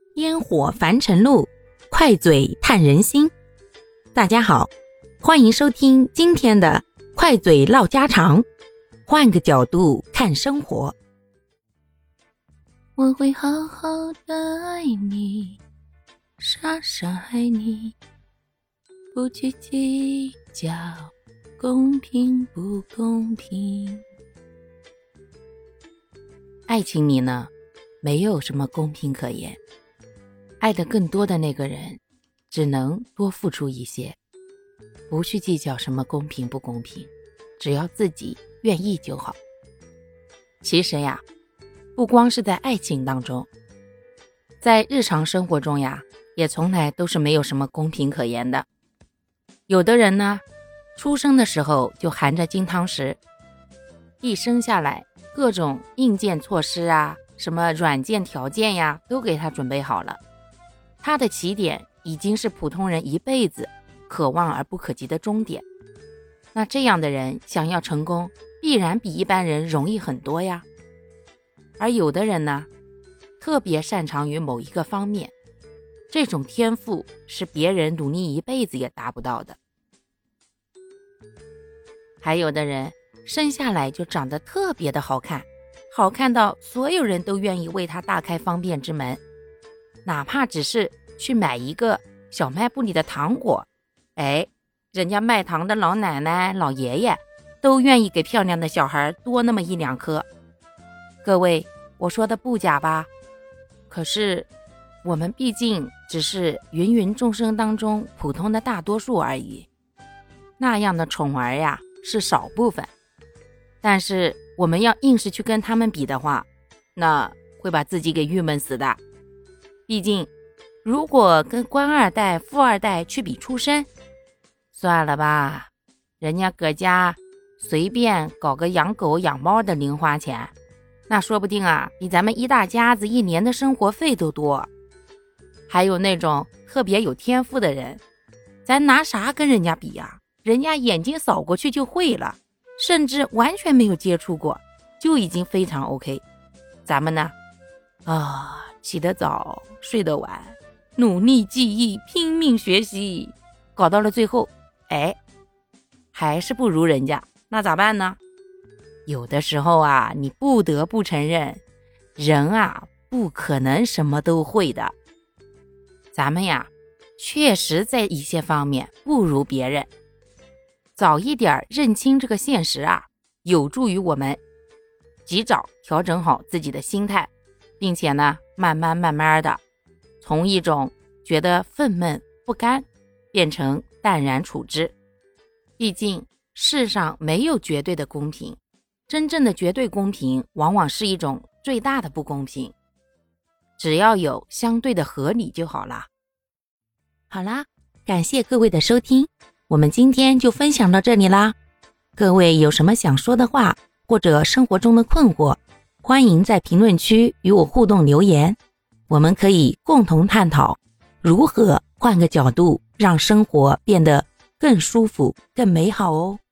烟火凡尘路，快嘴探人心。大家好，欢迎收听今天的快嘴唠家常，换个角度看生活。 我会好好的爱你，傻傻爱你，不去计较公平不公平。 爱情里呢，没有什么公平可言，爱得更多的那个人只能多付出一些，不去计较什么公平不公平，只要自己愿意就好。其实呀，不光是在爱情当中，在日常生活中呀，也从来都是没有什么公平可言的。有的人呢，出生的时候就含着金汤匙，一生下来各种硬件措施啊，什么软件条件呀，都给他准备好了。他的起点已经是普通人一辈子可望而不可及的终点。那这样的人想要成功，必然比一般人容易很多呀。而有的人呢，特别擅长于某一个方面，这种天赋是别人努力一辈子也达不到的。还有的人生下来就长得特别的好看，好看到所有人都愿意为他大开方便之门，哪怕只是去买一个小卖部里的糖果，人家卖糖的老奶奶老爷爷都愿意给漂亮的小孩多那么一两颗。各位，我说的不假吧？可是我们毕竟只是芸芸众生当中普通的大多数而已，那样的宠儿呀是少部分，但是我们要硬是去跟他们比的话，那会把自己给郁闷死的。毕竟如果跟官二代富二代去比出身，算了吧，人家搁家随便搞个养狗养猫的零花钱，那说不定啊比咱们一大家子一年的生活费都多。还有那种特别有天赋的人，咱拿啥跟人家比啊？人家眼睛扫过去就会了，甚至完全没有接触过就已经非常 OK。 咱们呢起得早睡得晚，努力记忆拼命学习，搞到了最后还是不如人家，那咋办呢？有的时候啊，你不得不承认，人啊不可能什么都会的。咱们呀确实在一些方面不如别人，早一点认清这个现实啊，有助于我们及早调整好自己的心态，并且呢慢慢的从一种觉得愤懑不甘变成淡然处之。毕竟世上没有绝对的公平，真正的绝对公平往往是一种最大的不公平，只要有相对的合理就好啦。好啦，感谢各位的收听，我们今天就分享到这里啦。各位有什么想说的话，或者生活中的困惑，欢迎在评论区与我互动留言，我们可以共同探讨如何换个角度让生活变得更舒服更美好哦。